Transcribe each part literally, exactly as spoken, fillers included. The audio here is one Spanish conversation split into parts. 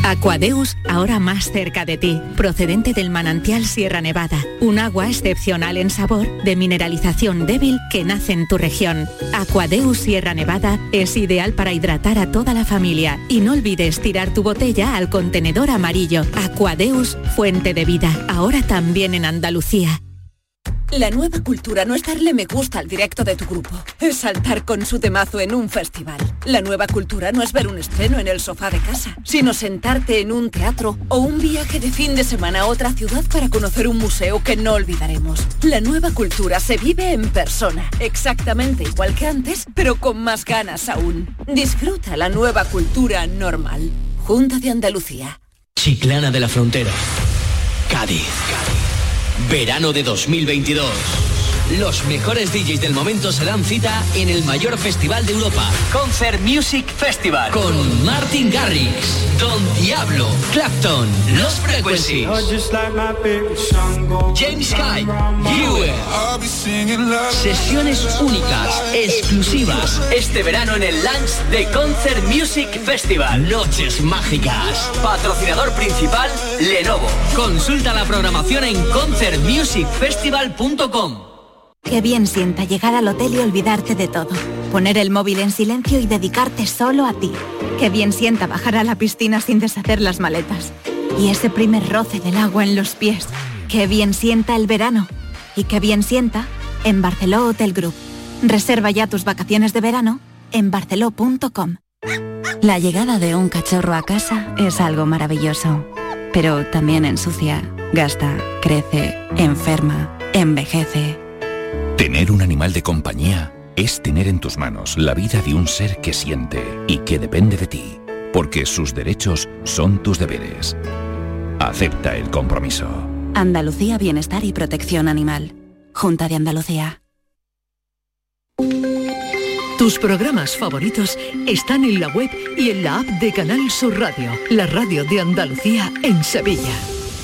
Aquadeus, ahora más cerca de ti, procedente del manantial Sierra Nevada. Un agua excepcional en sabor, de mineralización débil que nace en tu región. Aquadeus Sierra Nevada es ideal para hidratar a toda la familia. Y no olvides tirar tu botella al contenedor amarillo. Aquadeus, fuente de vida, ahora también en Andalucía. La nueva cultura no es darle me gusta al directo de tu grupo, es saltar con su temazo en un festival. La nueva cultura no es ver un estreno en el sofá de casa, sino sentarte en un teatro o un viaje de fin de semana a otra ciudad para conocer un museo que no olvidaremos. La nueva cultura se vive en persona, exactamente igual que antes, pero con más ganas aún. Disfruta la nueva cultura normal. Junta de Andalucía. Chiclana de la Frontera. Cádiz. Cádiz. Verano de dos mil veintidós. Los mejores D Js del momento se dan cita en el mayor festival de Europa, Concert Music Festival, con Martin Garrix, Don Diablo, Clapton, Los Frequencies, James Hype, Ewer. Sesiones únicas, exclusivas, este verano en el launch de Concert Music Festival. Noches mágicas. Patrocinador principal, Lenovo. Consulta la programación en concert music festival punto com. Qué bien sienta llegar al hotel y olvidarte de todo. Poner el móvil en silencio y dedicarte solo a ti. Qué bien sienta bajar a la piscina sin deshacer las maletas. Y ese primer roce del agua en los pies. Qué bien sienta el verano. Y qué bien sienta en Barceló Hotel Group. Reserva ya tus vacaciones de verano en barceló punto com. La llegada de un cachorro a casa es algo maravilloso. Pero también ensucia, gasta, crece, enferma, envejece. Tener un animal de compañía es tener en tus manos la vida de un ser que siente y que depende de ti, porque sus derechos son tus deberes. Acepta el compromiso. Andalucía Bienestar y Protección Animal. Junta de Andalucía. Tus programas favoritos están en la web y en la app de Canal Sur Radio, la radio de Andalucía en Sevilla.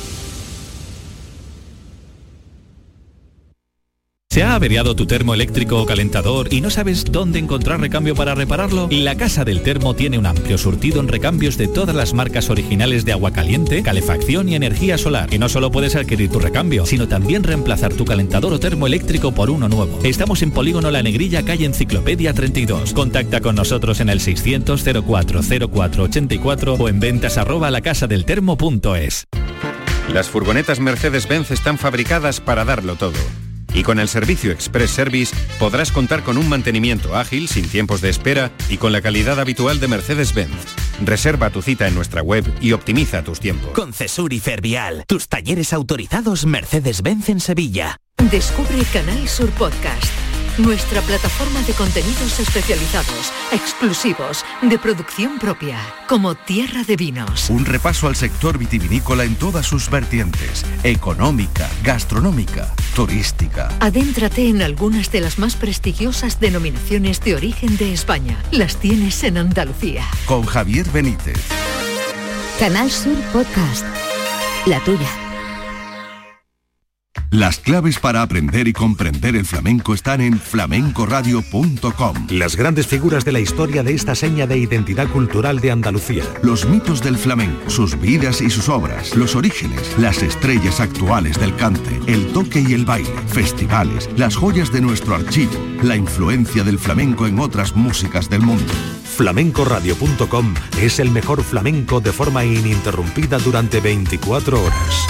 ¿Se ha averiado tu termo eléctrico o calentador y no sabes dónde encontrar recambio para repararlo? La Casa del Termo tiene un amplio surtido en recambios de todas las marcas originales de agua caliente, calefacción y energía solar. Y no solo puedes adquirir tu recambio, sino también reemplazar tu calentador o termo eléctrico por uno nuevo. Estamos en Polígono La Negrilla, calle Enciclopedia treinta y dos. Contacta con nosotros en el seiscientos cero cuatro cero cuatro ochenta y cuatro o en ventas arroba lacasadeltermo punto es. Las furgonetas Mercedes-Benz están fabricadas para darlo todo. Y con el servicio Express Service podrás contar con un mantenimiento ágil, sin tiempos de espera y con la calidad habitual de Mercedes-Benz. Reserva tu cita en nuestra web y optimiza tus tiempos. Con Cesur y Fervial, tus talleres autorizados Mercedes-Benz en Sevilla. Descubre Canal Sur Podcast, nuestra plataforma de contenidos especializados, exclusivos, de producción propia, como Tierra de Vinos. Un repaso al sector vitivinícola en todas sus vertientes, económica, gastronómica, turística. Adéntrate en algunas de las más prestigiosas denominaciones de origen de España. Las tienes en Andalucía. Con Javier Benítez. Canal Sur Podcast, la tuya. Las claves para aprender y comprender el flamenco están en flamenco radio punto com. Las grandes figuras de la historia de esta seña de identidad cultural de Andalucía. Los mitos del flamenco, sus vidas y sus obras, los orígenes, las estrellas actuales del cante, el toque y el baile, festivales, las joyas de nuestro archivo, la influencia del flamenco en otras músicas del mundo. flamenco radio punto com es el mejor flamenco de forma ininterrumpida durante veinticuatro horas.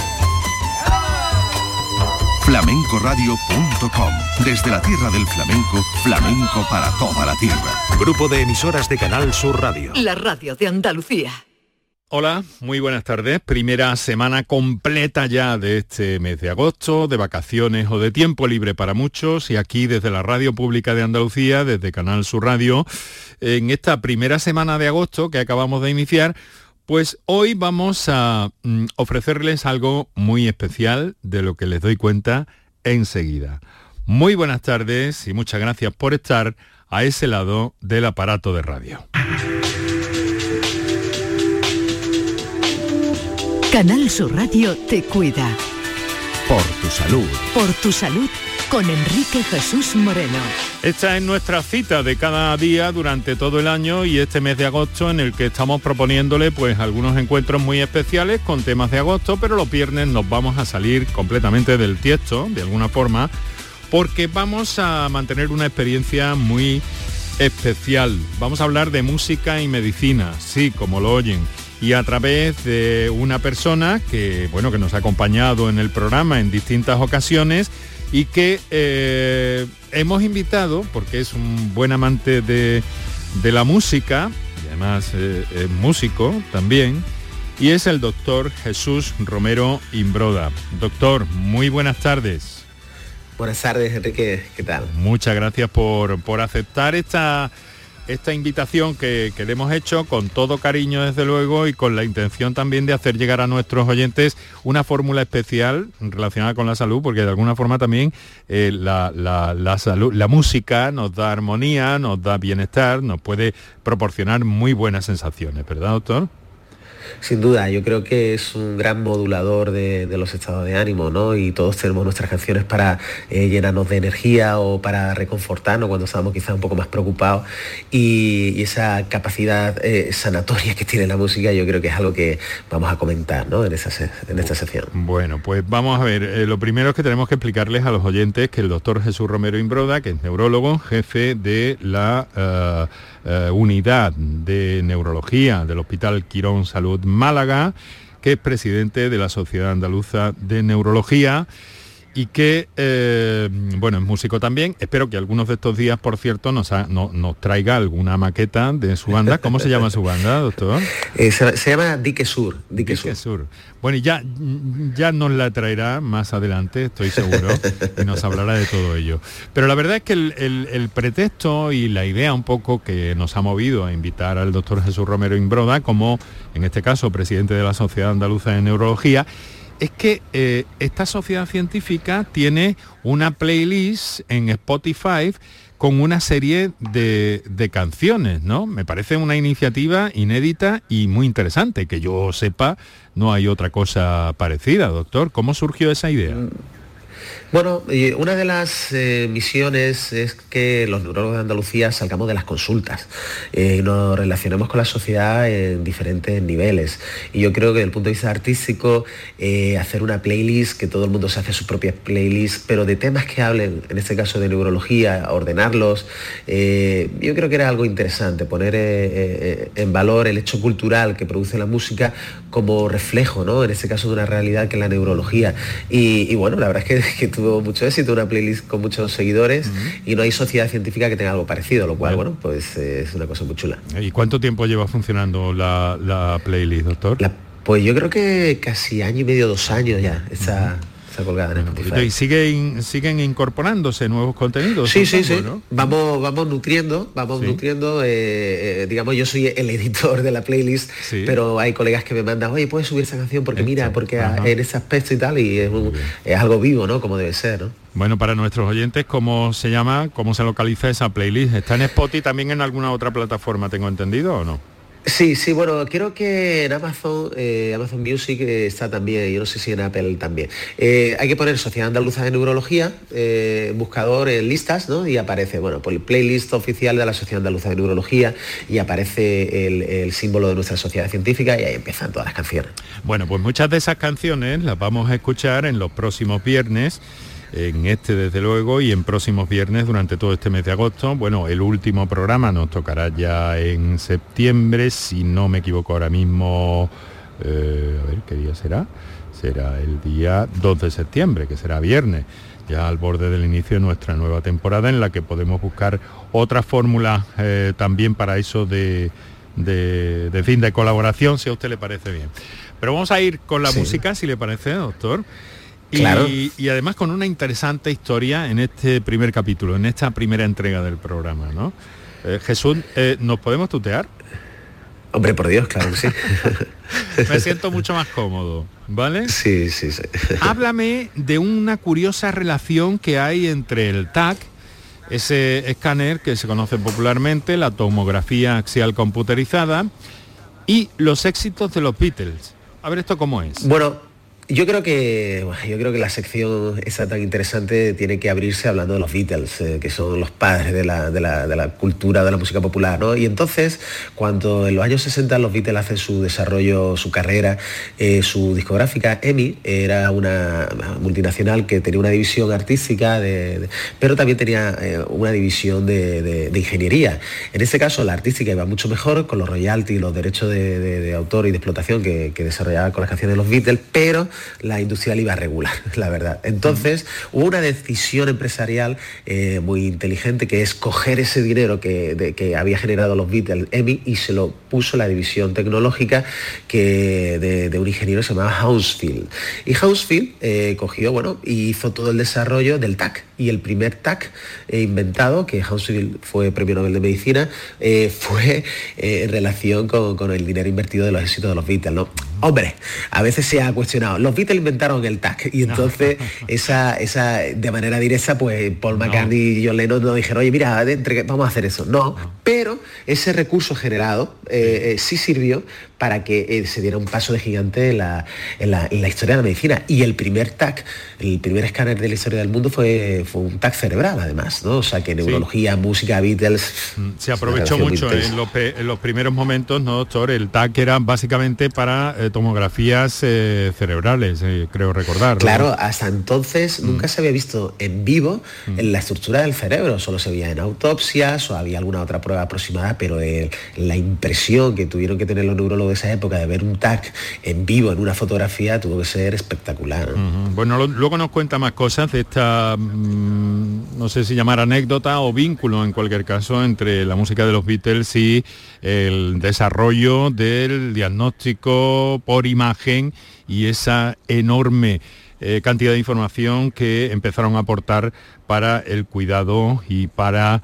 flamenco radio punto com. Desde la tierra del flamenco, flamenco para toda la tierra. Grupo de emisoras de Canal Sur Radio. La radio de Andalucía. Hola, muy buenas tardes. Primera semana completa ya de este mes de agosto, de vacaciones o de tiempo libre para muchos. Y aquí desde la Radio Pública de Andalucía, desde Canal Sur Radio, en esta primera semana de agosto que acabamos de iniciar, pues hoy vamos a mm, ofrecerles algo muy especial, de lo que les doy cuenta enseguida. Muy buenas tardes y muchas gracias por estar a ese lado del aparato de radio. Canal Sur Radio te cuida. Por tu salud. Por tu salud con Enrique Jesús Moreno. Esta es nuestra cita de cada día durante todo el año y este mes de agosto en el que estamos proponiéndole pues algunos encuentros muy especiales con temas de agosto, pero los viernes nos vamos a salir completamente del tiesto, de alguna forma, porque vamos a mantener una experiencia muy especial. Vamos a hablar de música y medicina, sí, como lo oyen, y a través de una persona que, bueno, que nos ha acompañado en el programa en distintas ocasiones y que eh, hemos invitado, porque es un buen amante de, de la música, y además eh, es músico también, y es el doctor Jesús Romero Imbroda. Doctor, muy buenas tardes. Buenas tardes, Enrique, ¿qué tal? Muchas gracias por, por aceptar esta, esta invitación que, que le hemos hecho con todo cariño, desde luego, y con la intención también de hacer llegar a nuestros oyentes una fórmula especial relacionada con la salud, porque de alguna forma también eh, la, la, la, salud, la música nos da armonía, nos da bienestar, nos puede proporcionar muy buenas sensaciones, ¿verdad, doctor? Sin duda, yo creo que es un gran modulador de, de los estados de ánimo, ¿no? Y todos tenemos nuestras canciones para eh, llenarnos de energía o para reconfortarnos cuando estamos quizás un poco más preocupados, y, y esa capacidad eh, sanatoria que tiene la música yo creo que es algo que vamos a comentar, ¿no? en, esa, en esta sección. Bueno, pues vamos a ver, eh, lo primero es que tenemos que explicarles a los oyentes que el doctor Jesús Romero Imbroda, que es neurólogo, jefe de la uh, uh, unidad de neurología del Hospital Quirón Salud Málaga, que es presidente de la Sociedad Andaluza de Neurología y que, eh, bueno, es músico también. Espero que algunos de estos días, por cierto, nos, ha, no, nos traiga alguna maqueta de su banda. ¿Cómo se llama su banda, doctor? Eh, se, se llama Dique Sur. Dique, Dique Sur. Sur. Bueno, y ya, ya nos la traerá más adelante, estoy seguro, y nos hablará de todo ello. Pero la verdad es que el, el, el pretexto y la idea un poco que nos ha movido a invitar al doctor Jesús Romero Imbroda, como en este caso presidente de la Sociedad Andaluza de Neurología, es que eh, esta sociedad científica tiene una playlist en Spotify con una serie de, de canciones, ¿no? Me parece una iniciativa inédita y muy interesante. Que yo sepa, no hay otra cosa parecida, doctor. ¿Cómo surgió esa idea? Bueno, una de las eh, misiones es que los neurólogos de Andalucía salgamos de las consultas eh, y nos relacionemos con la sociedad en diferentes niveles. Y yo creo que desde el punto de vista artístico, eh, hacer una playlist, que todo el mundo se hace sus propias playlists, pero de temas que hablen, en este caso de neurología, ordenarlos, eh, yo creo que era algo interesante, poner eh, eh, en valor el hecho cultural que produce la música como reflejo, ¿no? En este caso de una realidad que es la neurología. Y, y bueno, la verdad es que, que tuvo mucho éxito, una playlist con muchos seguidores, uh-huh. y no hay sociedad científica que tenga algo parecido, lo cual, bueno, pues eh, es una cosa muy chula. ¿Y cuánto tiempo lleva funcionando la, la playlist, doctor? La, pues yo creo que casi año y medio, dos años ya, está, uh-huh. está colgada en Spotify. ¿Y siguen, siguen incorporándose nuevos contenidos? Sí, sí, sí. ¿No? Vamos, vamos nutriendo, vamos ¿Sí? nutriendo, eh, eh, digamos, yo soy el editor de la playlist, sí. pero hay colegas que me mandan, oye, ¿puedes subir esa canción? Porque Esto. mira, porque Ajá. en ese aspecto y tal, y es, un, es algo vivo, ¿no? Como debe ser, ¿no? Bueno, para nuestros oyentes, ¿cómo se llama, cómo se localiza esa playlist? ¿Está en Spotify también en alguna otra plataforma, tengo entendido, o no? Sí, sí, bueno, creo que en Amazon, eh, Amazon Music eh, está también, yo no sé si en Apple también. Eh, hay que poner Sociedad Andaluza de Neurología, eh, buscador en listas, ¿no? Y aparece, bueno, por el playlist oficial de la Sociedad Andaluza de Neurología, y aparece el, el símbolo de nuestra sociedad científica, y ahí empiezan todas las canciones. Bueno, pues muchas de esas canciones las vamos a escuchar en los próximos viernes, en este desde luego, y en próximos viernes durante todo este mes de agosto. Bueno, el último programa nos tocará ya en septiembre, si no me equivoco ahora mismo, eh, a ver, ¿qué día será? Será el día dos de septiembre, que será viernes, ya al borde del inicio de nuestra nueva temporada, en la que podemos buscar otras fórmulas eh, también para eso de, de, de fin de colaboración, si a usted le parece bien. Pero vamos a ir con la sí. música, si le parece, doctor. Y, claro. y además con una interesante historia en este primer capítulo, en esta primera entrega del programa, ¿no? Eh, Jesús, eh, ¿nos podemos tutear? Hombre, por Dios, claro que sí. Me siento mucho más cómodo, ¿vale? Sí, sí, sí. Háblame de una curiosa relación que hay entre el T A C, ese escáner que se conoce popularmente, la tomografía axial computerizada, y los éxitos de los Beatles. A ver, ¿esto cómo es? Bueno, Yo creo que yo creo que la sección esa tan interesante tiene que abrirse hablando de los Beatles, eh, que son los padres de la, de, la, de la cultura, de la música popular, ¿no? Y entonces, cuando en los años sesenta los Beatles hacen su desarrollo, su carrera, eh, su discográfica, E M I, era una multinacional que tenía una división artística, de, de, pero también tenía eh, una división de, de, de ingeniería. En este caso, la artística iba mucho mejor, con los royalties, los derechos de, de, de autor y de explotación que, que desarrollaba con las canciones de los Beatles, pero la industrial iba regular, la verdad. Entonces, uh-huh. hubo una decisión empresarial eh, muy inteligente, que es coger ese dinero que, de, que había generado los Beatles, E M I, y se lo puso la división tecnológica que de, de un ingeniero que se llamaba Hounsfield. Y Hounsfield eh, cogió, bueno, y hizo todo el desarrollo del T A C. Y el primer T A C eh, inventado, que Hounsfield fue premio Nobel de Medicina, eh, fue eh, en relación con, con el dinero invertido de los éxitos de los Beatles, ¿no? Hombre, a veces se ha cuestionado. Los Beatles inventaron el T A C y entonces no. esa, esa, de manera directa, pues Paul McCartney no. y John Lennon nos dijeron, oye, mira, entre, vamos a hacer eso. No, no. Pero ese recurso generado eh, eh, sí sirvió para que eh, se diera un paso de gigante en la, en, la, en la historia de la medicina. Y el primer T A C, el primer escáner de la historia del mundo fue, fue un T A C cerebral, además, ¿no? O sea, que neurología, sí. música, Beatles... Se aprovechó mucho en los, en los primeros momentos, ¿no, doctor? El T A C era básicamente para eh, tomografías eh, cerebrales, eh, creo recordar, ¿no? Claro, hasta entonces mm. nunca se había visto en vivo mm. en la estructura del cerebro, solo se veía en autopsias o había alguna otra prueba aproximada, pero el, la impresión que tuvieron que tener los neurólogos de esa época de ver un T A C en vivo en una fotografía tuvo que ser espectacular, ¿no? Uh-huh. Bueno, lo, luego nos cuenta más cosas de esta, mmm, no sé si llamar anécdota o vínculo, en cualquier caso, entre la música de los Beatles y el desarrollo del diagnóstico por imagen y esa enorme eh, cantidad de información que empezaron a aportar para el cuidado y para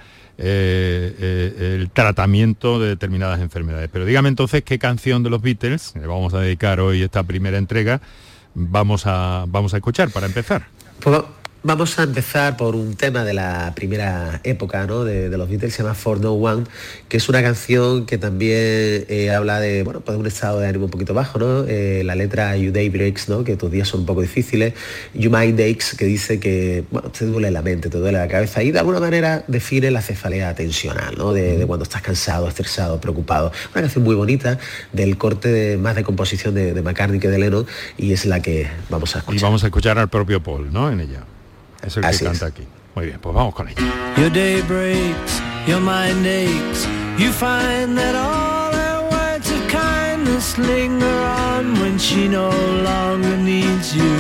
Eh, eh, el tratamiento de determinadas enfermedades. Pero dígame entonces qué canción de los Beatles, le vamos a dedicar hoy esta primera entrega, vamos a, vamos a escuchar para empezar. Pues vamos a empezar por un tema de la primera época, ¿no? de, de los Beatles, se llama For No One, que es una canción que también eh, habla de, bueno, pues de un estado de ánimo un poquito bajo, ¿no? Eh, la letra You Day Breaks, ¿no? Que tus días son un poco difíciles. You Mind Aches, que dice que, bueno, te duele la mente, te duele la cabeza, y de alguna manera define la cefalea tensional, ¿no? De, de cuando estás cansado, estresado, preocupado. Una canción muy bonita, del corte de, más de composición de, de McCartney que de Lennon, y es la que vamos a escuchar. Y vamos a escuchar al propio Paul, ¿no? En ella. Es el Así que canta es. aquí. Muy bien, pues vamos con ella. Your day breaks, your mind aches. You find that all her words of kindness linger on when she no longer needs you.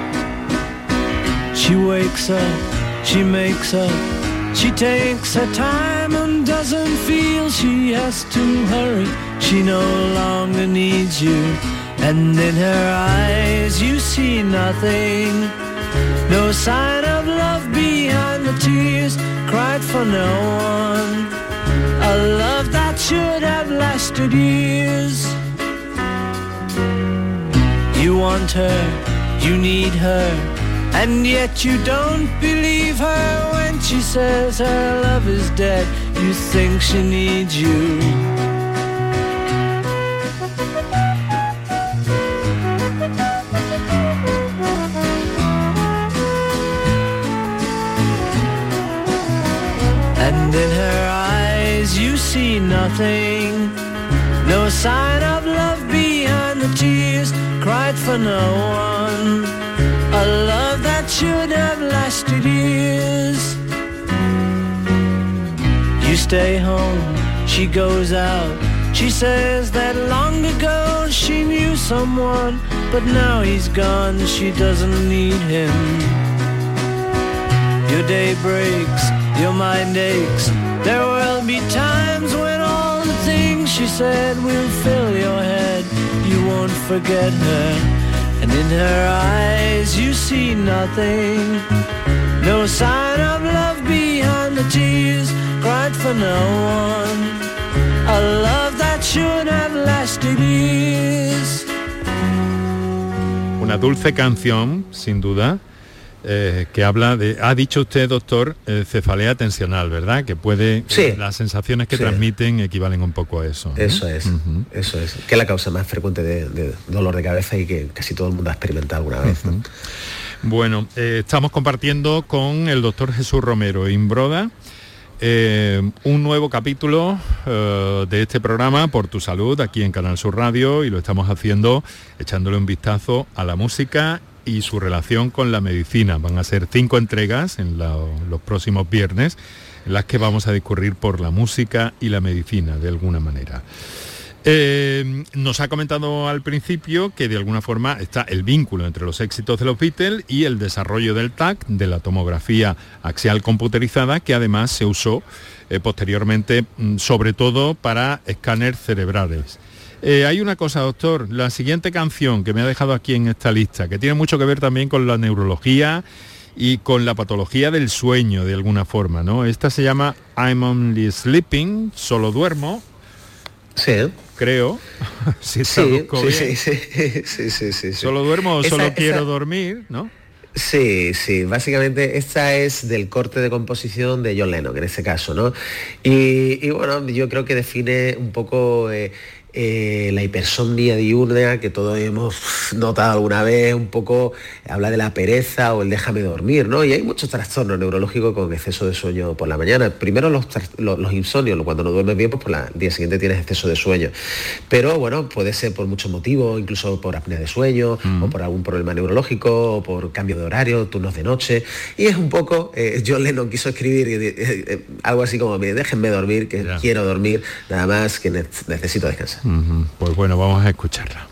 She wakes up, she makes up, she takes her time and doesn't feel she has to hurry. She no longer needs you. And in her eyes you see nothing. No sign of love behind the tears cried for no one. A love that should have lasted years. You want her, you need her, and yet you don't believe her when she says her love is dead. You think she needs you. And in her eyes you see nothing. No sign of love behind the tears cried for no one. A love that should have lasted years. You stay home, she goes out. She says that long ago she knew someone, but now he's gone, she doesn't need him. Your day breaks, your mind aches. There will be times when all the things she said will fill your head. You won't forget her, and in her eyes you see nothing. No sign of love behind the tears cried for no one. A love that should have lasted years. Una dulce canción, sin duda. Eh, que habla de, ha dicho usted, doctor, eh, cefalea tensional, ¿verdad? Que puede, sí. eh, las sensaciones que sí. transmiten equivalen un poco a eso, ¿no? Eso es, uh-huh. eso es, que es la causa más frecuente de, de dolor de cabeza y que casi todo el mundo ha experimentado alguna vez, ¿no? Uh-huh. Bueno, eh, estamos compartiendo con el doctor Jesús Romero Imbroda eh, un nuevo capítulo eh, de este programa Por tu Salud, aquí en Canal Sur Radio, y lo estamos haciendo echándole un vistazo a la música y su relación con la medicina. Van a ser cinco entregas en la, los próximos viernes, en las que vamos a discurrir por la música y la medicina, de alguna manera. Eh, nos ha comentado al principio que de alguna forma está el vínculo entre los éxitos de los Beatles y el desarrollo del T A C, de la tomografía axial computerizada, que además se usó eh, posteriormente, sobre todo para escáneres cerebrales. Eh, hay una cosa, doctor, la siguiente canción que me ha dejado aquí en esta lista, que tiene mucho que ver también con la neurología y con la patología del sueño, de alguna forma, ¿no? Esta se llama I'm Only Sleeping, solo duermo. Sí. Creo. si sí, sí, sí, sí, sí, sí, sí. Solo duermo o esa, solo esa... quiero dormir, ¿no? Sí, sí, básicamente esta es del corte de composición de John Lennon, en este caso, ¿no? Y, y bueno, yo creo que define un poco eh, eh, la hipersomnia diurna que todos hemos notado alguna vez, un poco habla de la pereza o el déjame dormir, ¿no? Y hay muchos trastornos neurológicos con exceso de sueño por la mañana. Primero los, los, los insomnios, cuando no duermes bien, pues por la, el día siguiente tienes exceso de sueño. Pero bueno, puede ser por muchos motivos, incluso por apnea de sueño, mm. o por algún problema neurológico, o por cambio de horario, turnos de noche. Y es un poco, eh, John Lennon quiso escribir eh, eh, algo así como, déjenme dormir, que yeah. quiero dormir, nada más que ne- necesito descansar. Uh-huh. Pues bueno, vamos a escucharla.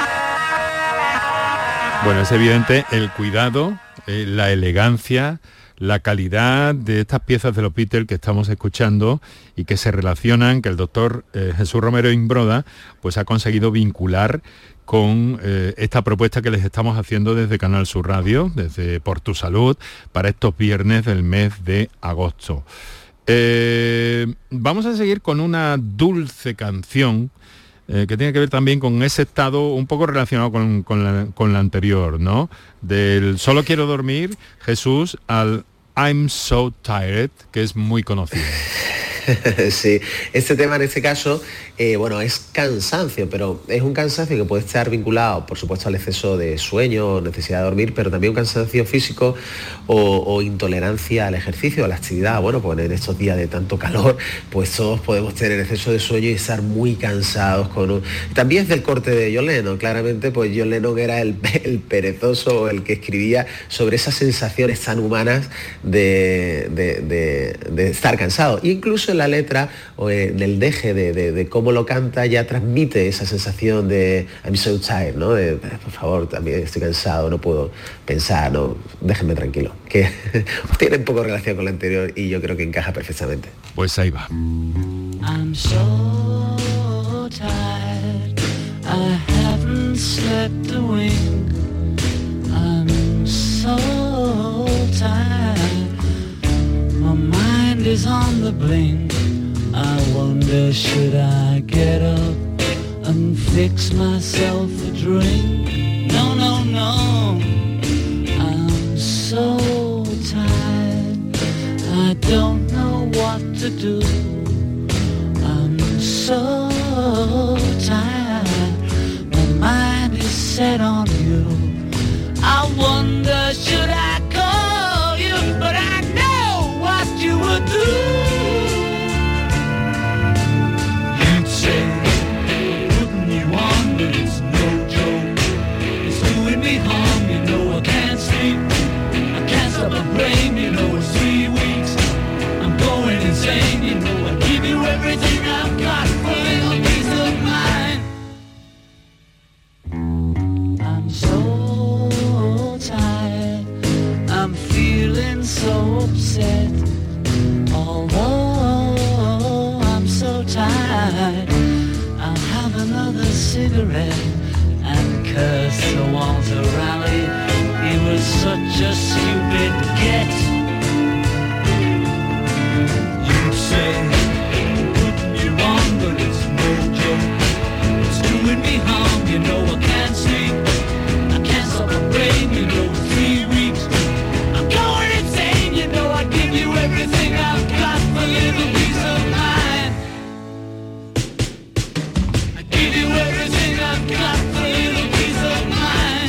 Bueno, es evidente el cuidado, eh, la elegancia la calidad de estas piezas de los Beatles que estamos escuchando y que se relacionan, que el doctor eh, Jesús Romero Imbroda pues ha conseguido vincular con eh, esta propuesta que les estamos haciendo desde Canal Sur Radio, desde Por Tu Salud, para estos viernes del mes de agosto. Eh, vamos a seguir con una dulce canción eh, que tiene que ver también con ese estado un poco relacionado con, con, la, con la anterior, ¿no? Del Solo quiero dormir, Jesús, al I'm so tired, que es muy conocido. Sí, este tema en este caso, eh, bueno, es cansancio, pero es un cansancio que puede estar vinculado, por supuesto, al exceso de sueño, necesidad de dormir, pero también un cansancio físico o, o intolerancia al ejercicio, a la actividad. Bueno, pues en estos días de tanto calor, pues todos podemos tener exceso de sueño y estar muy cansados. Con un... También es del corte de John Lennon, claramente, pues John Lennon era el, el perezoso, el que escribía sobre esas sensaciones tan humanas de, de, de, de estar cansado. Incluso en la letra o en el deje de, de, de cómo lo canta ya transmite esa sensación de I'm so tired, ¿no? De, por favor, también estoy cansado, no puedo pensar, no, déjenme tranquilo, que tiene un poco relación con lo anterior y yo creo que encaja perfectamente. Pues ahí va. I'm so tired, I haven't slept a wink. I'm so tired, my mind is on the blink. I wonder, should I get up and fix myself a drink? No, no, no, I'm so tired, I don't know what to do. I'm so tired, my mind is set on you. I wonder, should I call you, but I know what you would do. You'd say, putting you on, but it's no joke. It's doing me harm, you know I can't sleep. I can't stop my brain, you know it's three weeks. I'm going insane, you know I give you everything I've got for a little peace of mind. I'm so tired, I'm feeling so upset. Although I'm so tired, I'll have another cigarette and curse the Walter Raleigh. He was such a stupid get. You'd say, putting you on, but it's no joke. It's doing me harm, you know I can't sleep. I can't stop my brain, you know, three weeks. I'm going insane, you know I give you everything I've got for a little peace of mind. I give you everything I've got for a little peace of mind.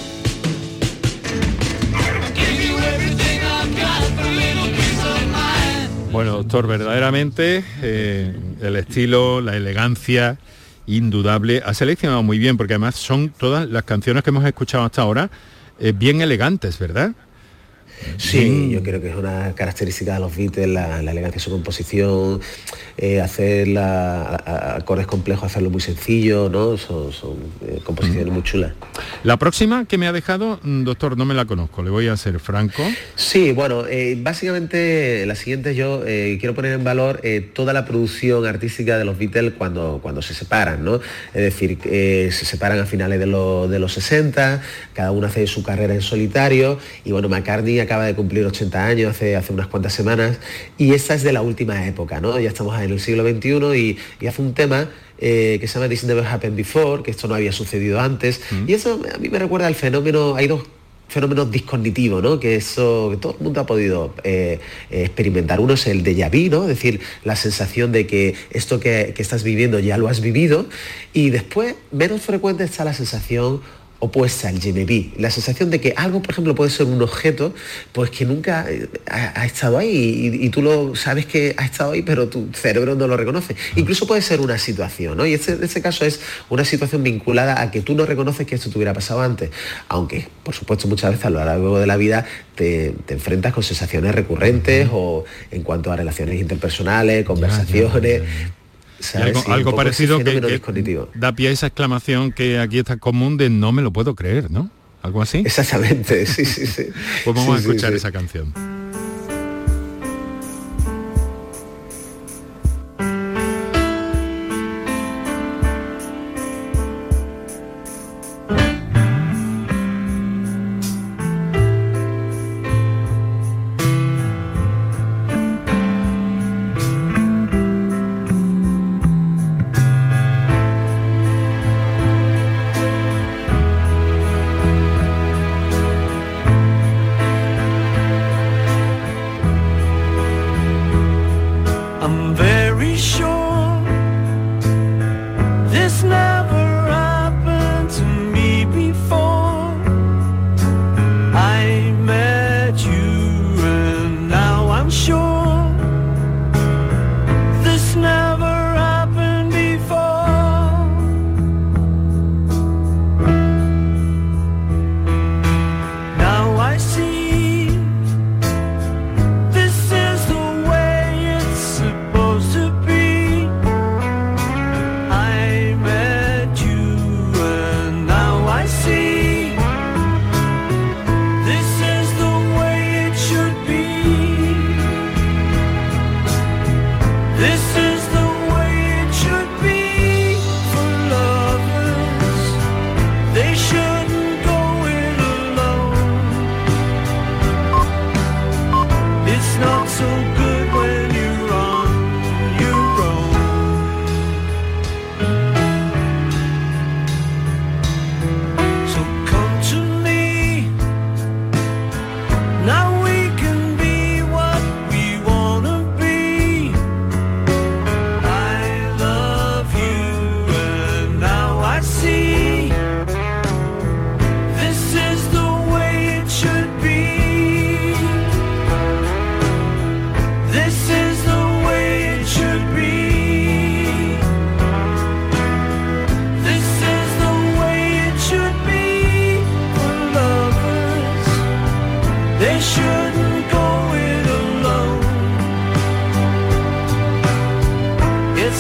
I give you everything I've got for a little peace of mind. Bueno, doctor, verdaderamente eh, el estilo, la elegancia, indudable. Ha seleccionado muy bien, porque además son todas las canciones que hemos escuchado hasta ahora eh, bien elegantes, ¿verdad? Sí, bien. Yo creo que es una característica de los Beatles, la, la elegancia de su composición, eh, hacer la, a, a, acordes complejos, hacerlo muy sencillo, ¿no? Son, son eh, composiciones mm. muy chulas. La próxima que me ha dejado, doctor, no me la conozco, le voy a ser franco. Sí, bueno, eh, básicamente la siguiente yo eh, quiero poner en valor eh, toda la producción artística de los Beatles cuando, cuando se separan, ¿no? Es decir, eh, se separan a finales de, lo, de los sesenta, cada uno hace su carrera en solitario y bueno, McCartney acaba de cumplir ochenta años hace, hace unas cuantas semanas y esta es de la última época, ¿no? Ya estamos en el siglo veintiuno y, y hace un tema eh, que se llama This Never Happened Before, que esto no había sucedido antes mm. y eso a mí me recuerda al fenómeno, hay dos fenómenos discognitivos, ¿no? Que eso que todo el mundo ha podido eh, experimentar. Uno es el déjà vu, ¿no? Es decir, la sensación de que esto que, que estás viviendo ya lo has vivido y después menos frecuente está la sensación opuesta al je me vis, la sensación de que algo, por ejemplo, puede ser un objeto pues que nunca ha, ha estado ahí y, y tú lo sabes que ha estado ahí, pero tu cerebro no lo reconoce. Incluso puede ser una situación, ¿no? Y este, en este caso es una situación vinculada a que tú no reconoces que esto te hubiera pasado antes, aunque, por supuesto, muchas veces a lo largo de la vida te, te enfrentas con sensaciones recurrentes o en cuanto a relaciones interpersonales, conversaciones... Ya, ya, ya. Algo, sí, algo parecido que, que da pie a esa exclamación que aquí está común de no me lo puedo creer, ¿no? Algo así. Exactamente, sí, sí, sí. Pues vamos sí, a escuchar sí, esa sí. canción.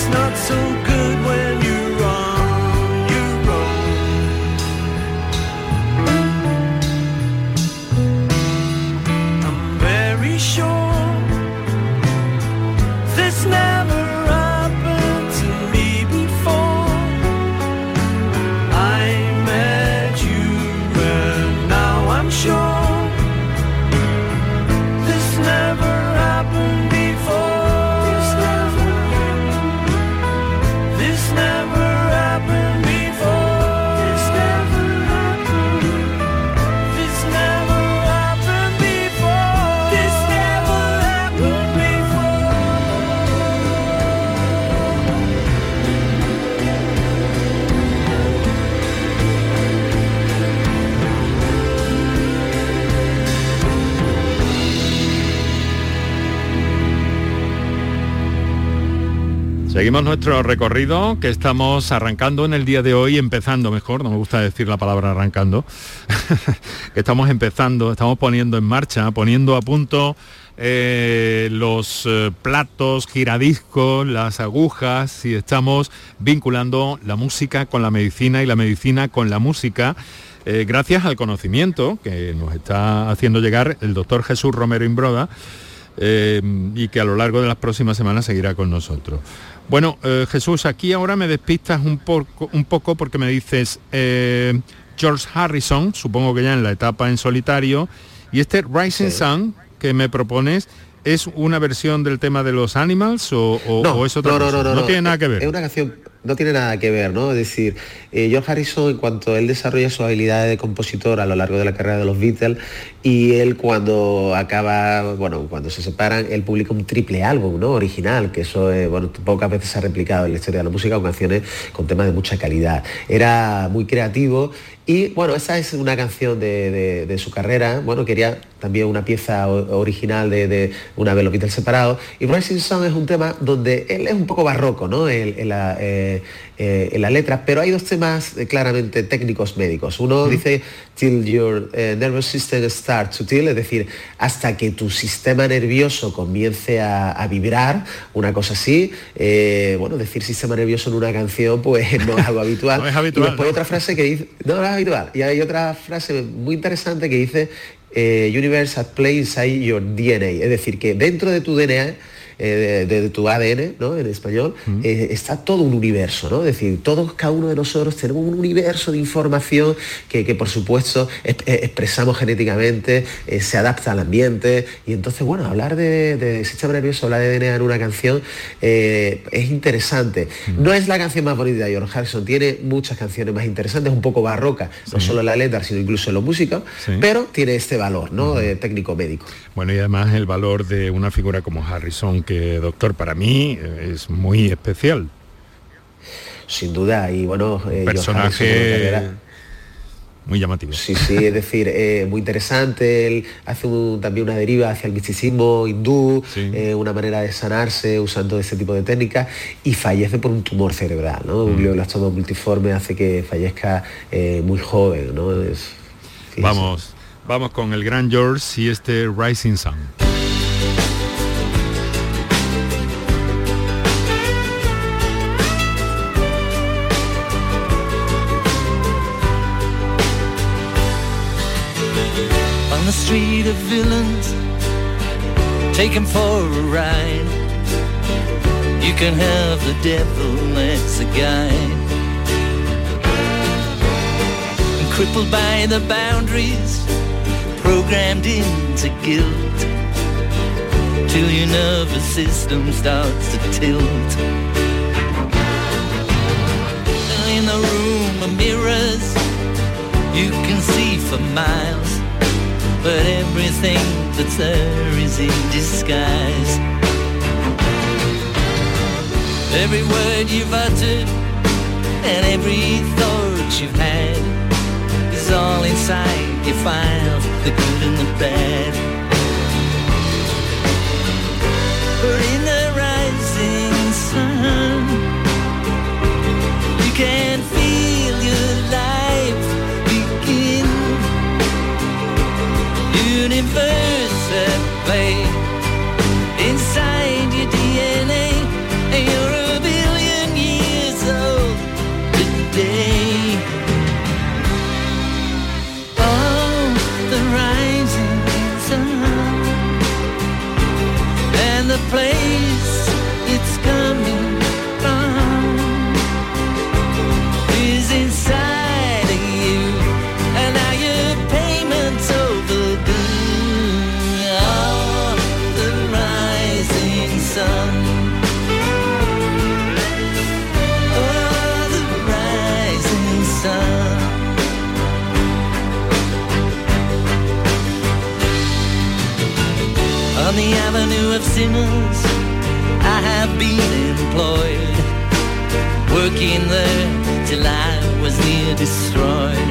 it's not so good when you're on your own. I'm very sure this never happened to me before. I met you and now I'm sure this never happened before. This never happened. This never happened before. This never happened. This never happened before. This never happened before. Seguimos nuestro recorrido que estamos arrancando en el día de hoy, empezando mejor, no me gusta decir la palabra arrancando, que estamos empezando, estamos poniendo en marcha, poniendo a punto eh, los eh, platos, giradiscos, las agujas, y estamos vinculando la música con la medicina y la medicina con la música, eh, gracias al conocimiento que nos está haciendo llegar el doctor Jesús Romero Imbroda, eh, y que a lo largo de las próximas semanas seguirá con nosotros. Bueno, eh, Jesús, aquí ahora me despistas un poco, un poco porque me dices eh, George Harrison, supongo que ya en la etapa en solitario, y este Rising Sí. Sun que me propones, ¿es una versión del tema de los Animals o, o, No, o es otra no, no, cosa? no, no, no. tiene nada que ver. Es una canción, no tiene nada que ver, ¿no? Es decir, eh, George Harrison, en cuanto él desarrolla sus habilidades de compositor a lo largo de la carrera de los Beatles, y él cuando acaba, bueno, cuando se separan, él publica un triple álbum, ¿no? Original, que eso, eh, bueno, pocas veces se ha replicado en la historia de la música, con canciones con temas de mucha calidad. Era muy creativo. Y bueno, esa es una canción de, de, de su carrera. Bueno, quería también una pieza o, original de, de una vez los Beatles separados. Y Rising Sun es un tema donde él es un poco barroco, ¿no? En, en, la, eh, eh, en la letra, pero hay dos temas eh, claramente técnicos médicos. Uno mm. dice till your uh, nervous system starts to tilt, es decir, hasta que tu sistema nervioso comience a, a vibrar, una cosa así. Eh, bueno, decir sistema nervioso en una canción pues no es algo habitual. No es habitual. Y después ¿no? otra frase que dice, no, no es habitual. Y hay otra frase muy interesante que dice eh, Universe at play inside your D N A, es decir, que dentro de tu D N A, eh, de, de tu A D N, ¿no? En español, mm. eh, está todo un universo, ¿no? Es decir, todos, cada uno de nosotros tenemos un universo de información que, que por supuesto, es, es, expresamos genéticamente, eh, se adapta al ambiente, y entonces, bueno, hablar de, de sistema nervioso, hablar de D N A en una canción eh, es interesante. Mm. No es la canción más bonita de George Harrison, tiene muchas canciones más interesantes, un poco barroca, sí. no solo en la letra, sino incluso en los músicos, sí. pero tiene este valor, ¿no? Mm. Eh, técnico-médico. Bueno, y además el valor de una figura como Harrison, que, doctor, para mí es muy especial. Sin duda, y bueno, eh, personaje muy llamativo. Sí, sí, es decir, eh, muy interesante. Él hace un, también una deriva hacia el misticismo hindú, sí. eh, una manera de sanarse usando ese tipo de técnicas, y fallece por un tumor cerebral, ¿no? Mm. Un glioblastoma multiforme hace que fallezca eh, muy joven, ¿no? Es, vamos, vamos con el gran George y este Rising Sun. The street of villains, take him for a ride. You can have the devil as a guide. And crippled by the boundaries, programmed into guilt, till your nervous system starts to tilt. In the room of mirrors, you can see for miles, but everything that's there is in disguise. Every word you've uttered and every thought you've had is all inside your files, the good and the bad. But in the rising sun, you can feel your life begin. Universe at play inside your D N A, and you're a billion On the avenue of sinners, I have been employed, working there till I was near destroyed.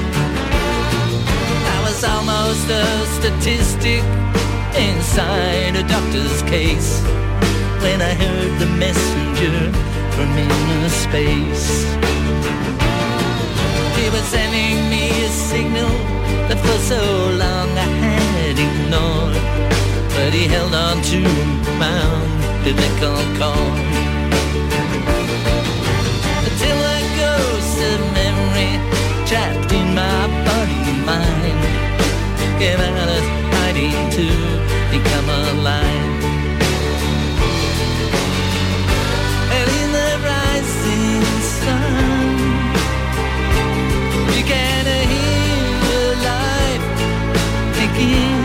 I was almost a statistic inside a doctor's case when I heard the messenger from inner space. He was sending me a signal that for so long I had ignored, but he held on to my umbilical cord. Until a ghost of memory trapped in my body and mind came out of hiding to become alive. And in the rising sun, you can hear life begin.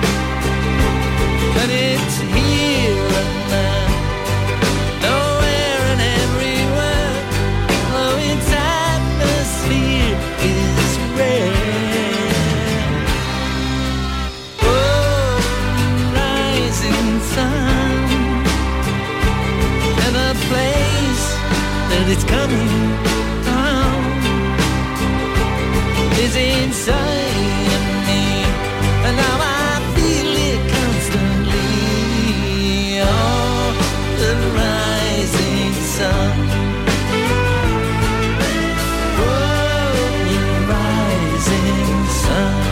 But it's here and now, nowhere and everywhere. Oh, its atmosphere is rare. Oh, rising sun, and the place that it's coming from is inside of me, and now I feel it constantly. Oh, the rising sun. Oh, the rising sun.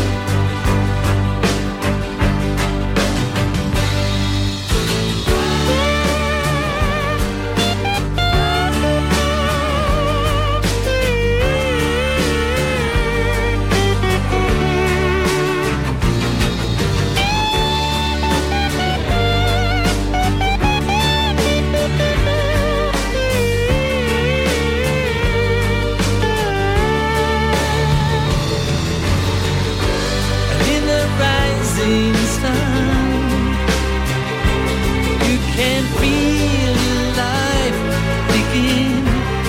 And in the rising sun, you can feel life begin.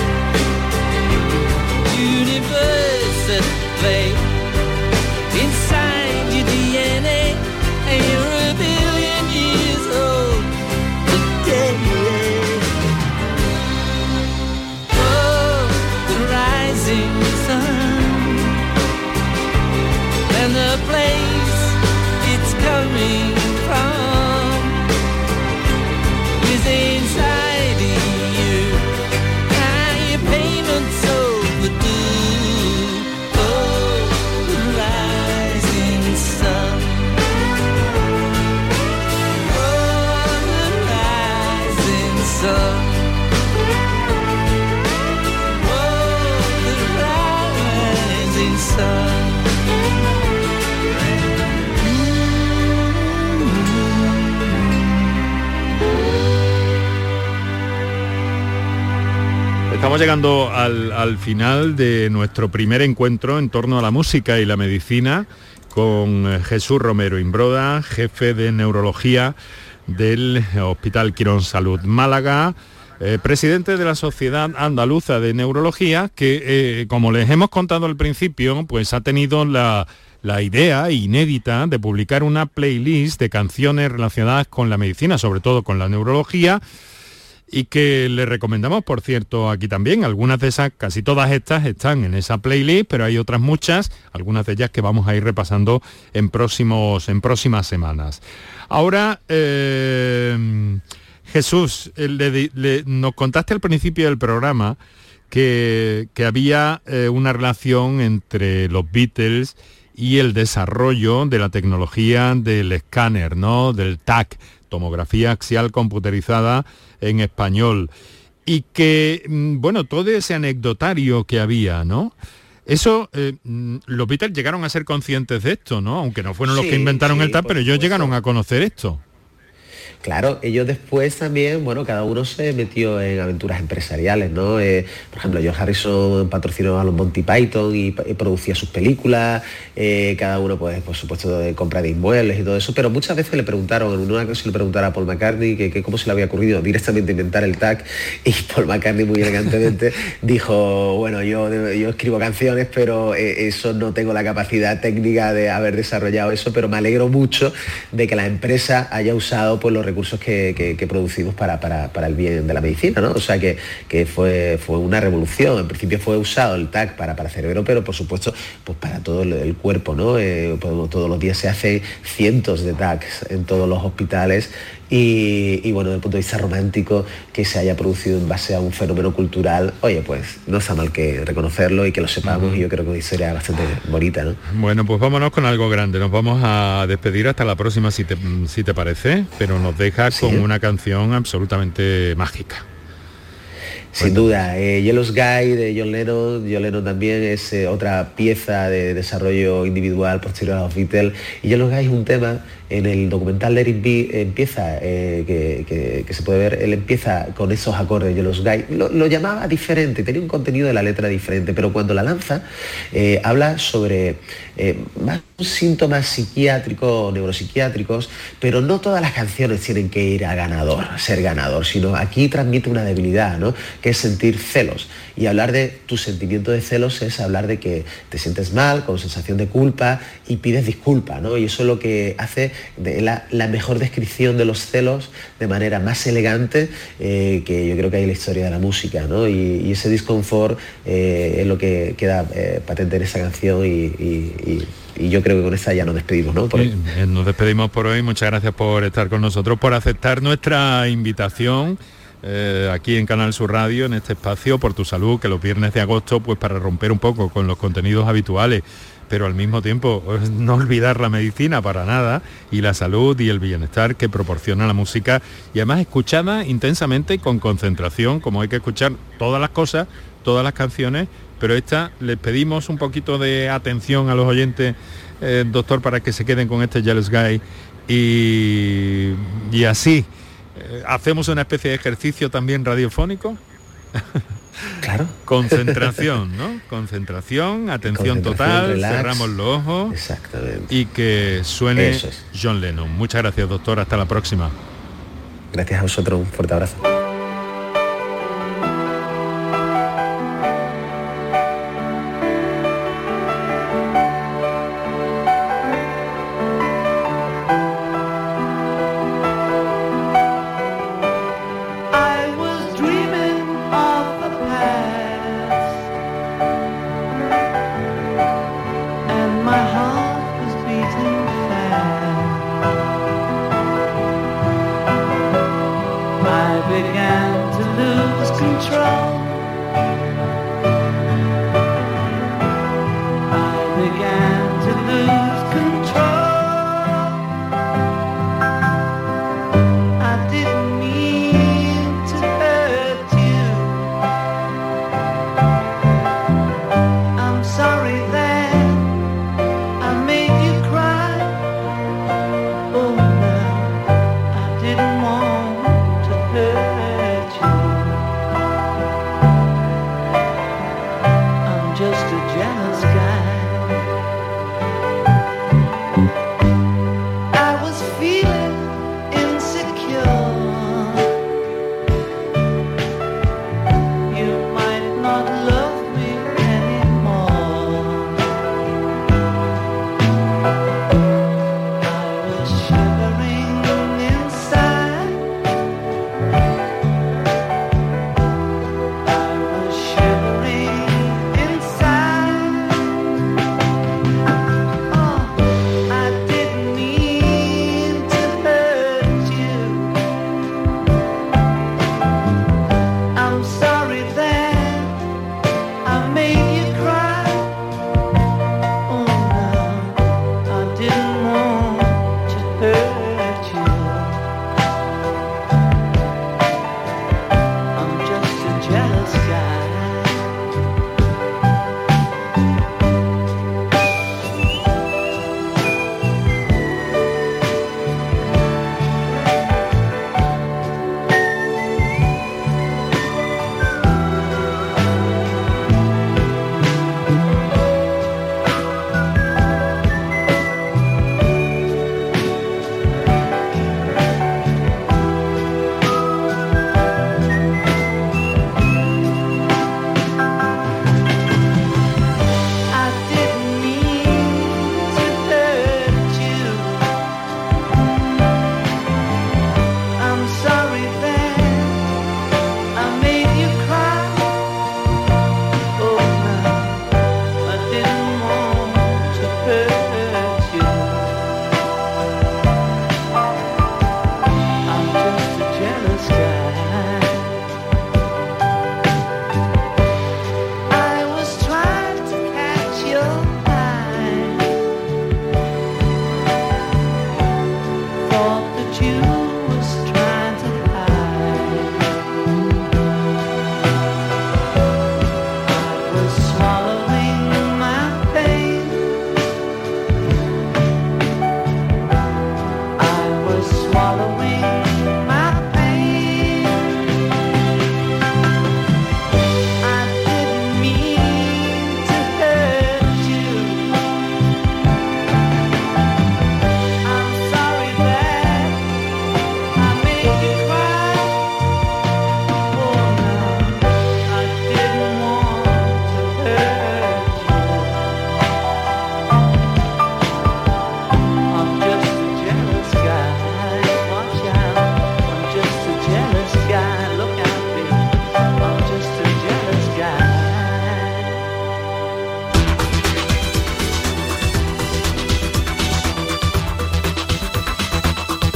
Universe at play inside your D N A, and you're a billion years old today. Oh, the rising sun, and the place it's coming from is inside of you. Now your payment's overdue. Oh, the rising sun. Oh, the rising sun. Oh, the rising sun. Estamos llegando al, al final de nuestro primer encuentro en torno a la música y la medicina con Jesús Romero Imbroda, jefe de neurología del Hospital Quirón Salud Málaga, eh, presidente de la Sociedad Andaluza de Neurología, que eh, como les hemos contado al principio, pues ha tenido la, la idea inédita de publicar una playlist de canciones relacionadas con la medicina, sobre todo con la neurología, y que le recomendamos, por cierto, aquí también. Algunas de esas, casi todas estas, están en esa playlist, pero hay otras muchas, algunas de ellas que vamos a ir repasando en, próximos, en próximas semanas. Ahora, eh, Jesús, le, le, nos contaste al principio del programa que, que había eh, una relación entre los Beatles y el desarrollo de la tecnología del escáner, ¿no? Del T A C, tomografía axial computerizada en español, y que, bueno, todo ese anecdotario que había, ¿no? Eso, eh, los Beatles llegaron a ser conscientes de esto, ¿no? Aunque no fueron los Sí, que inventaron sí, el T A C, pero ellos supuesto. llegaron a conocer esto. Claro, ellos después también, bueno, cada uno se metió en aventuras empresariales, ¿no? Eh, por ejemplo, George Harrison patrocinó a los Monty Python y, y producía sus películas, eh, cada uno, pues, por supuesto, de compra de inmuebles y todo eso, pero muchas veces le preguntaron, en una ocasión le preguntaron a Paul McCartney que, que cómo se le había ocurrido directamente inventar el tag, y Paul McCartney muy elegantemente dijo, bueno, yo, yo escribo canciones, pero eh, eso no tengo la capacidad técnica de haber desarrollado eso, pero me alegro mucho de que la empresa haya usado, pues, los recursos que, que, que producimos para, para, para el bien de la medicina, ¿no? O sea que, que fue, fue una revolución. En principio fue usado el tag para, para cerebro, pero por supuesto pues para todo el, el cuerpo, ¿no? Eh, pues, todos los días se hacen cientos de tags en todos los hospitales. Y, y bueno, desde el punto de vista romántico, que se haya producido en base a un fenómeno cultural, oye, pues no está mal que reconocerlo y que lo sepamos, uh-huh. y yo creo que una historia bastante bonita, ¿no? Bueno, pues vámonos con algo grande, nos vamos a despedir hasta la próxima, si te, si te parece, pero nos deja ¿Sí? con una canción absolutamente mágica. Sin duda, eh, Yellow Sky de John Lennon. John Lennon también es eh, otra pieza de desarrollo individual posterior a los Beatles, y Yellow Sky es un tema, en el documental Let It Be eh, empieza, eh, que, que, que se puede ver, él empieza con esos acordes de Yellow Sky, lo, lo llamaba diferente, tenía un contenido de la letra diferente, pero cuando la lanza, eh, habla sobre eh, más síntomas psiquiátricos, neuropsiquiátricos, pero no todas las canciones tienen que ir a ganador, a ser ganador, sino aquí transmite una debilidad, ¿no? Que es sentir celos. Y hablar de tu sentimiento de celos es hablar de que te sientes mal, con sensación de culpa, y pides disculpa, ¿no? Y eso es lo que hace de la, la mejor descripción de los celos de manera más elegante eh, que yo creo que hay en la historia de la música, ¿no? Y, y ese disconfort eh, es lo que queda eh, patente en esa canción, y, y, y, y yo creo que con esta ya nos despedimos, ¿no? Por sí, nos despedimos por hoy. Muchas gracias por estar con nosotros, por aceptar nuestra invitación. Eh, aquí en Canal Sur Radio, en este espacio Por tu Salud, que los viernes de agosto, pues para romper un poco con los contenidos habituales, pero al mismo tiempo no olvidar la medicina para nada, y la salud y el bienestar que proporciona la música, y además escuchada intensamente, con concentración, como hay que escuchar todas las cosas, todas las canciones, pero esta les pedimos un poquito de atención a los oyentes, eh, doctor, para que se queden con este Yellow Sky, y, y así hacemos una especie de ejercicio también radiofónico. Claro. Concentración, ¿no? Concentración, atención Concentración, total, relax. Cerramos los ojos. Exactamente. Y que suene es. John Lennon. Muchas gracias, doctor. Hasta la próxima. Gracias a vosotros. Un fuerte abrazo.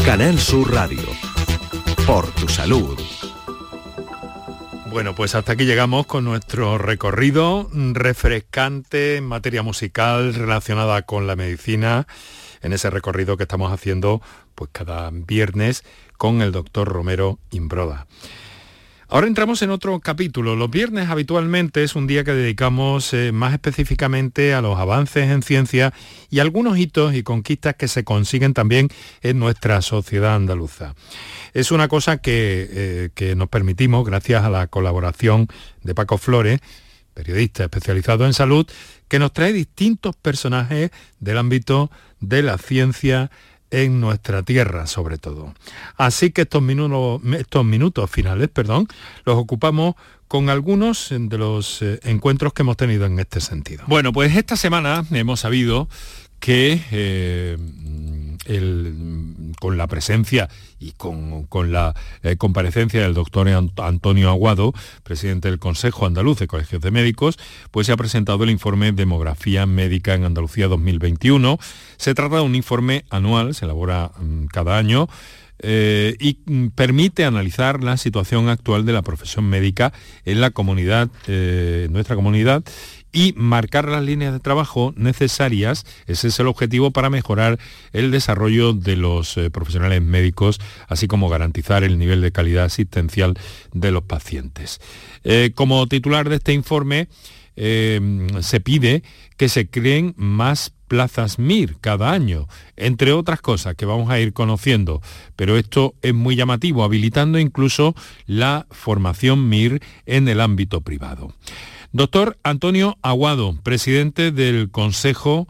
Canal Sur Radio. Por tu salud. Bueno, pues hasta aquí llegamos con nuestro recorrido refrescante en materia musical relacionada con la medicina, en ese recorrido que estamos haciendo pues cada viernes con el doctor Romero Imbroda. Ahora entramos en otro capítulo. Los viernes habitualmente es un día que dedicamos eh, más específicamente a los avances en ciencia y algunos hitos y conquistas que se consiguen también en nuestra sociedad andaluza. Es una cosa que, eh, que nos permitimos gracias a la colaboración de Paco Flores, periodista especializado en salud, que nos trae distintos personajes del ámbito de la ciencia en nuestra tierra, sobre todo. Así que estos minutos, estos minutos finales, perdón, los ocupamos con algunos de los eh, encuentros que hemos tenido en este sentido. Bueno, pues esta semana hemos sabido que eh, el, con la presencia y con, con la eh, comparecencia del doctor Antonio Aguado, presidente del Consejo Andaluz de Colegios de Médicos, pues se ha presentado el informe Demografía Médica en Andalucía dos mil veintiuno. Se trata de un informe anual, se elabora um, cada año, eh, y um, permite analizar la situación actual de la profesión médica en la comunidad, eh, en nuestra comunidad, y marcar las líneas de trabajo necesarias. Ese es el objetivo para mejorar el desarrollo de los eh, profesionales médicos, así como garantizar el nivel de calidad asistencial de los pacientes. Eh, como titular de este informe, eh, se pide que se creen más plazas M I R cada año, entre otras cosas que vamos a ir conociendo, pero esto es muy llamativo, habilitando incluso la formación M I R en el ámbito privado. Doctor Antonio Aguado, presidente del Consejo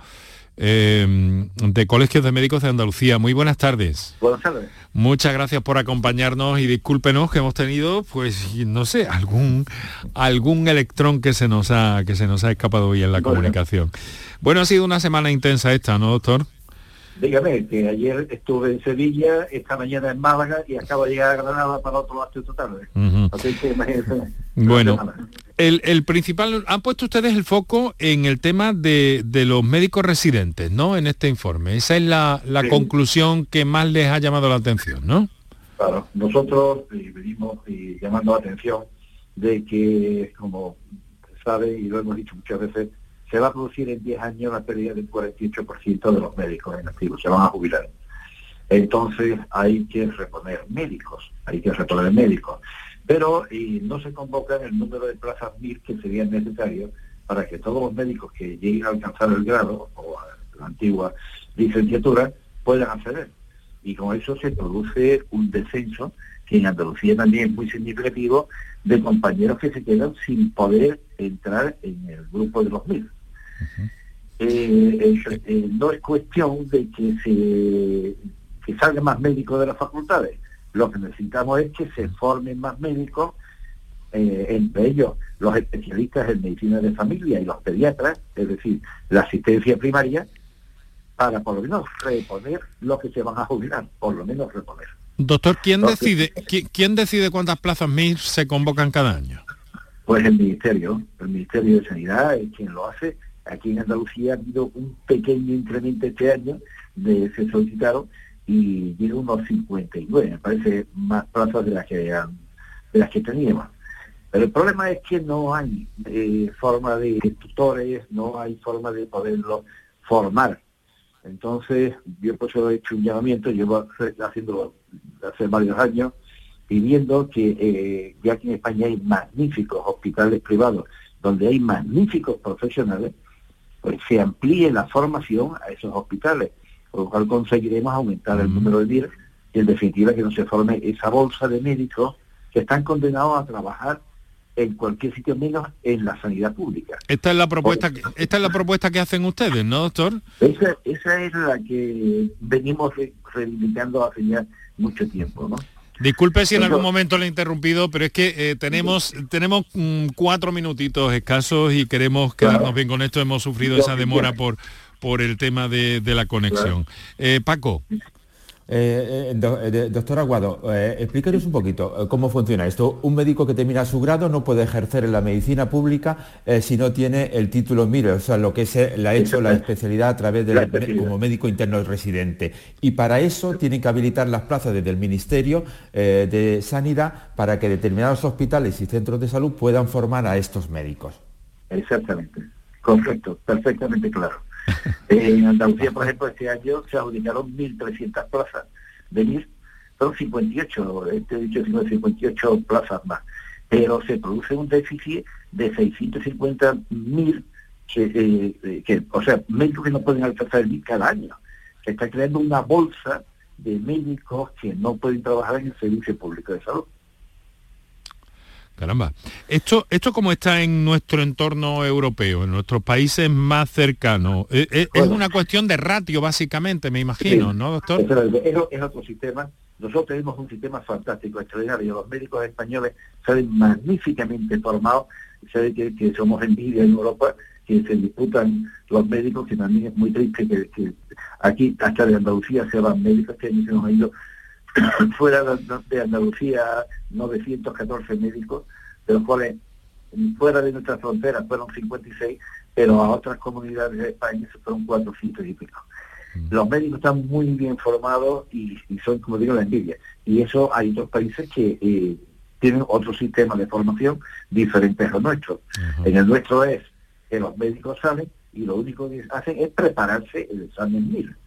eh, de Colegios de Médicos de Andalucía. Muy buenas tardes. Buenas tardes. Muchas gracias por acompañarnos y discúlpenos que hemos tenido, pues, no sé, algún algún electrón que se nos ha que se nos ha escapado hoy en la bueno. comunicación. Bueno, ha sido una semana intensa esta, ¿no, doctor? Dígame, que ayer estuve en Sevilla, esta mañana en Málaga y acabo de llegar a Granada para otro acto esta tarde. Uh-huh. Así que imagínense. Bueno, el, el principal, han puesto ustedes el foco en el tema de, de los médicos residentes, ¿no? En este informe. Esa es la, la sí. conclusión que más les ha llamado la atención, ¿no? Claro, nosotros eh, venimos eh, llamando la atención de que, como saben y lo hemos dicho muchas veces, se va a producir en diez años la pérdida del cuarenta y ocho por ciento de los médicos en activo, se van a jubilar. Entonces hay que reponer médicos, hay que reponer médicos. Pero y no se convocan el número de plazas M I R que serían necesarios para que todos los médicos que lleguen a alcanzar el grado o la antigua licenciatura puedan acceder. Y con eso se produce un descenso que en Andalucía también es muy significativo de compañeros que se quedan sin poder entrar en el grupo de los M I R. Uh-huh. eh, eh, eh, no es cuestión de que se que salgan más médicos de las facultades. Lo que necesitamos es que se formen más médicos, eh, entre ellos los especialistas en medicina de familia y los pediatras, es decir, la asistencia primaria, para por lo menos reponer los que se van a jubilar, por lo menos reponer. Doctor, ¿quién Entonces, decide ¿quién, quién decide cuántas plazas M I R se convocan cada año? Pues el Ministerio, el Ministerio de Sanidad es quien lo hace. Aquí en Andalucía ha habido un pequeño incremento este año, de se solicitaron, y llega unos cincuenta y nueve, me parece, más plazas de las que de las que teníamos. Pero el problema es que no hay eh, forma de tutores, no hay forma de poderlo formar. Entonces, yo por eso he hecho un llamamiento, llevo haciéndolo hace varios años, pidiendo que, eh, ya que en España hay magníficos hospitales privados, donde hay magníficos profesionales, pues se amplíe la formación a esos hospitales, por lo cual conseguiremos aumentar el número de M I R y en definitiva que no se forme esa bolsa de médicos que están condenados a trabajar en cualquier sitio menos en la sanidad pública. Esta es la propuesta que, esta es la propuesta que hacen ustedes, ¿no, doctor? Esa, esa es la que venimos re, reivindicando hace ya mucho tiempo, ¿no? Disculpe si en algún momento le he interrumpido, pero es que eh, tenemos tenemos mm, cuatro minutitos escasos y queremos quedarnos claro. bien con esto. Hemos sufrido esa demora por por el tema de, de la conexión. Claro. Eh, Paco. Eh, eh, do, eh, doctor Aguado, eh, explíquenos un poquito eh, cómo funciona esto. Un médico que termina su grado no puede ejercer en la medicina pública eh, si no tiene el título M I R, o sea, lo que se le ha hecho la especialidad a través de como médico interno residente. Y para eso tienen que habilitar las plazas desde el Ministerio eh, de Sanidad para que determinados hospitales y centros de salud puedan formar a estos médicos. Exactamente, correcto, perfectamente claro. En Andalucía, por ejemplo, este año se adjudicaron mil trescientas plazas de M I R, son cincuenta y ocho, este dicho cincuenta y ocho plazas más, pero se produce un déficit de seiscientos cincuenta mil, que, eh, que, o sea, médicos que no pueden alcanzar el M I R cada año. Se está creando una bolsa de médicos que no pueden trabajar en el servicio público de salud. Caramba. Esto, esto como está en nuestro entorno europeo, en nuestros países más cercanos, es, es bueno, una cuestión de ratio básicamente, me imagino, sí, ¿no, doctor? Es, es otro sistema. Nosotros tenemos un sistema fantástico, extraordinario. Los médicos españoles salen magníficamente formados. Saben que, que somos envidia en Europa, que se disputan los médicos, que también es muy triste que, que aquí hasta de Andalucía se van médicos, que se nos ha ido fuera de Andalucía novecientos catorce médicos, de los cuales fuera de nuestras fronteras fueron cincuenta y seis, pero a otras comunidades de España se fueron cuatrocientos y pico. Mm. Los médicos están muy bien formados y, y son, como digo, la envidia. Y eso hay otros países que eh, tienen otro sistema de formación diferente a los nuestros. Uh-huh. En el nuestro es que los médicos salen y lo único que hacen es prepararse el examen M I R.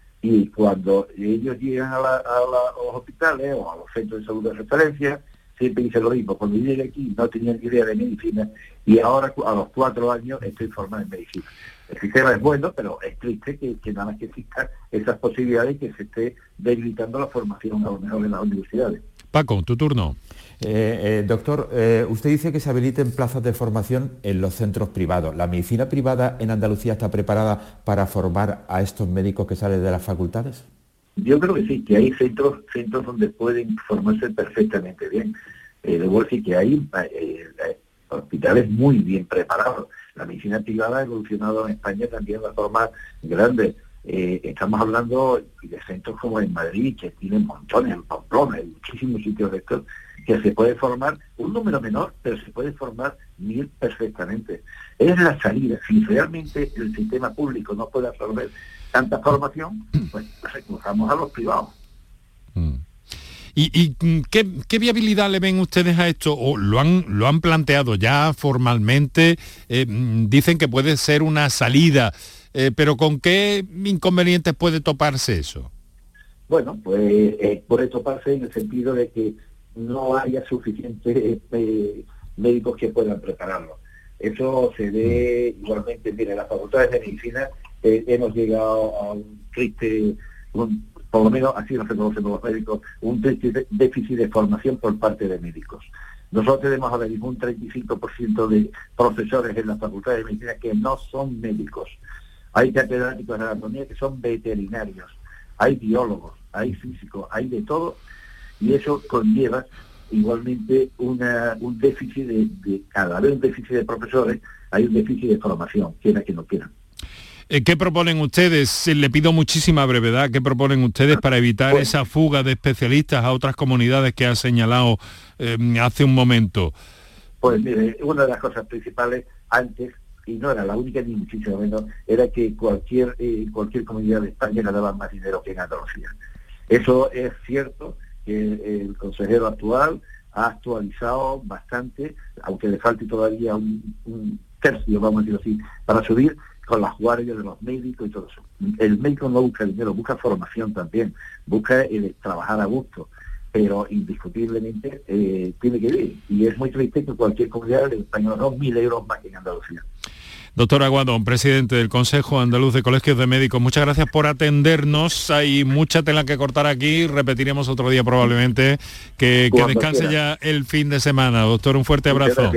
Y cuando ellos llegan a, la, a, la, a los hospitales o a los centros de salud de referencia, siempre dicen lo mismo. Cuando llegué aquí no tenía ni idea de medicina y ahora a los cuatro años estoy formado en medicina. El sistema es bueno, pero es triste que, que nada más que existan esas posibilidades y que se esté debilitando la formación a lo mejor en las universidades. Paco, tu turno. Eh, eh, doctor, eh, usted dice que se habiliten plazas de formación en los centros privados. ¿La medicina privada en Andalucía está preparada para formar a estos médicos que salen de las facultades? Yo creo que sí, que hay centros centros donde pueden formarse perfectamente bien. Eh, debo decir que hay eh, eh, hospitales muy bien preparados. La medicina privada ha evolucionado en España también de forma grande. Eh, estamos hablando de centros como en Madrid, que tienen montones, en Pamplona, en muchísimos sitios de estos, que se puede formar un número menor, pero se puede formar mil perfectamente. Es la salida. Si realmente el sistema público no puede absorber tanta formación, pues recurramos a los privados. Mm. ¿Y, y ¿qué, qué viabilidad le ven ustedes a esto? ¿O lo han, lo han planteado ya formalmente? Eh, dicen que puede ser una salida, eh, pero ¿con qué inconvenientes puede toparse eso? Bueno, pues eh, puede toparse en el sentido de que no haya suficientes eh, médicos que puedan prepararlo. Eso se ve igualmente, mire, en las facultades de medicina eh, hemos llegado a un triste, un, por lo menos así lo reconocen los médicos, un triste déficit de formación por parte de médicos. Nosotros tenemos ahora mismo un treinta y cinco por ciento de profesores en las facultades de medicina que no son médicos. Hay catedráticos de anatomía que son veterinarios, hay biólogos, hay físicos, hay de todo, y eso conlleva igualmente una, un déficit de, de, cada vez un déficit de profesores, hay un déficit de formación, quiera que no quieran. ¿Qué proponen ustedes? Le pido muchísima brevedad. ¿Qué proponen ustedes para evitar pues, esa fuga de especialistas a otras comunidades que ha señalado eh, hace un momento? Pues mire, una de las cosas principales antes, y no era la única ni muchísimo menos, era que cualquier eh, cualquier comunidad de España ganaba más dinero que en Andalucía. Eso es cierto, que el consejero actual ha actualizado bastante, aunque le falte todavía un, un tercio, vamos a decirlo así, para subir con las guardias de los médicos y todo eso. El médico no busca dinero, busca formación también, busca eh, trabajar a gusto, pero indiscutiblemente eh, tiene que ir. Y es muy triste que cualquier comunidad de España no mil euros más que en Andalucía. Doctor Aguado, presidente del Consejo Andaluz de Colegios de Médicos, muchas gracias por atendernos. Hay mucha tela que cortar aquí, repetiremos otro día probablemente. Que, que descanse ya el fin de semana. Doctor, un fuerte abrazo.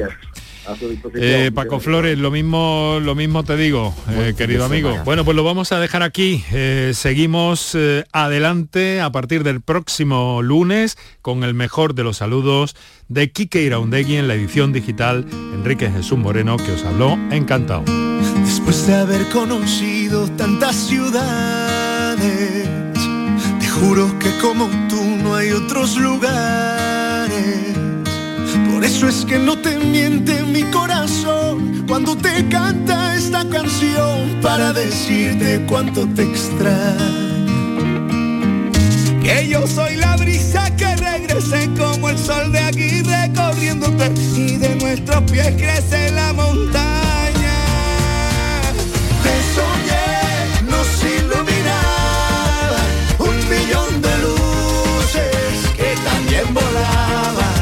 Eh, Paco Flores, lo mismo lo mismo te digo, eh, querido amigo. Bueno, pues lo vamos a dejar aquí. Eh, seguimos eh, adelante a partir del próximo lunes con el mejor de los saludos de Quique Iraundegui en la edición digital. Enrique Jesús Moreno, que os habló, encantado. Después de haber conocido tantas ciudades, juro que como tú no hay otros lugares. Por eso es que no te miente mi corazón cuando te canta esta canción para decirte cuánto te extraño. Que yo soy la brisa que regrese como el sol de aquí recorriéndote y de nuestros pies crece la montaña. Te soñé, nos iluminaba un millón de luces que también volaban.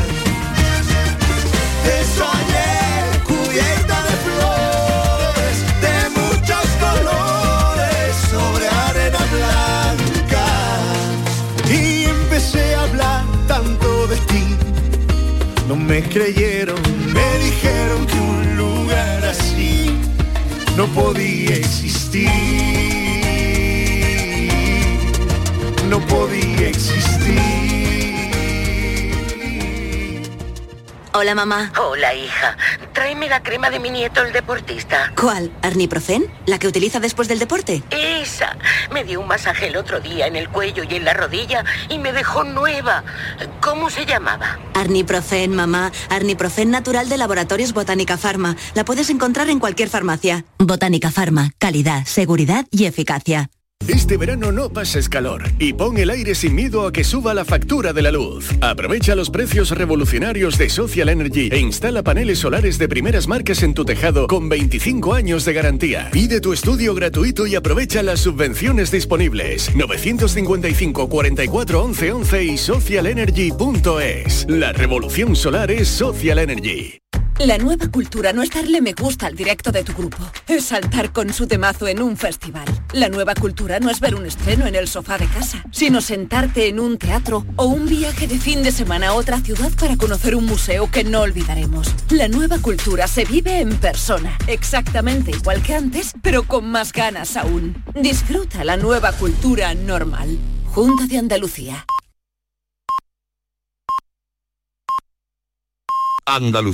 Te soñé cubierta de flores de muchos colores sobre arena blanca y empecé a hablar tanto de ti. No me creyeron, me dijeron que un lugar así no podía existir, no podía existir. Hola, mamá. Hola, hija. Tráeme la crema de mi nieto, el deportista. ¿Cuál? ¿Arniprofen? ¿La que utiliza después del deporte? Esa. Me dio un masaje el otro día en el cuello y en la rodilla y me dejó nueva. ¿Cómo se llamaba? Arniprofen, mamá. Arniprofen natural de Laboratorios Botánica Pharma. La puedes encontrar en cualquier farmacia. Botánica Pharma. Calidad, seguridad y eficacia. Este verano no pases calor y pon el aire sin miedo a que suba la factura de la luz. Aprovecha los precios revolucionarios de Social Energy e instala paneles solares de primeras marcas en tu tejado con veinticinco años de garantía. Pide tu estudio gratuito y aprovecha las subvenciones disponibles. novecientos cincuenta y cinco, cuarenta y cuatro, once, once y social energy punto es. La revolución solar es Social Energy. La nueva cultura no es darle me gusta al directo de tu grupo, es saltar con su temazo en un festival. La nueva cultura no es ver un estreno en el sofá de casa, sino sentarte en un teatro o un viaje de fin de semana a otra ciudad para conocer un museo que no olvidaremos. La nueva cultura se vive en persona, exactamente igual que antes, pero con más ganas aún. Disfruta la nueva cultura normal. Junta de Andalucía. Andalucía.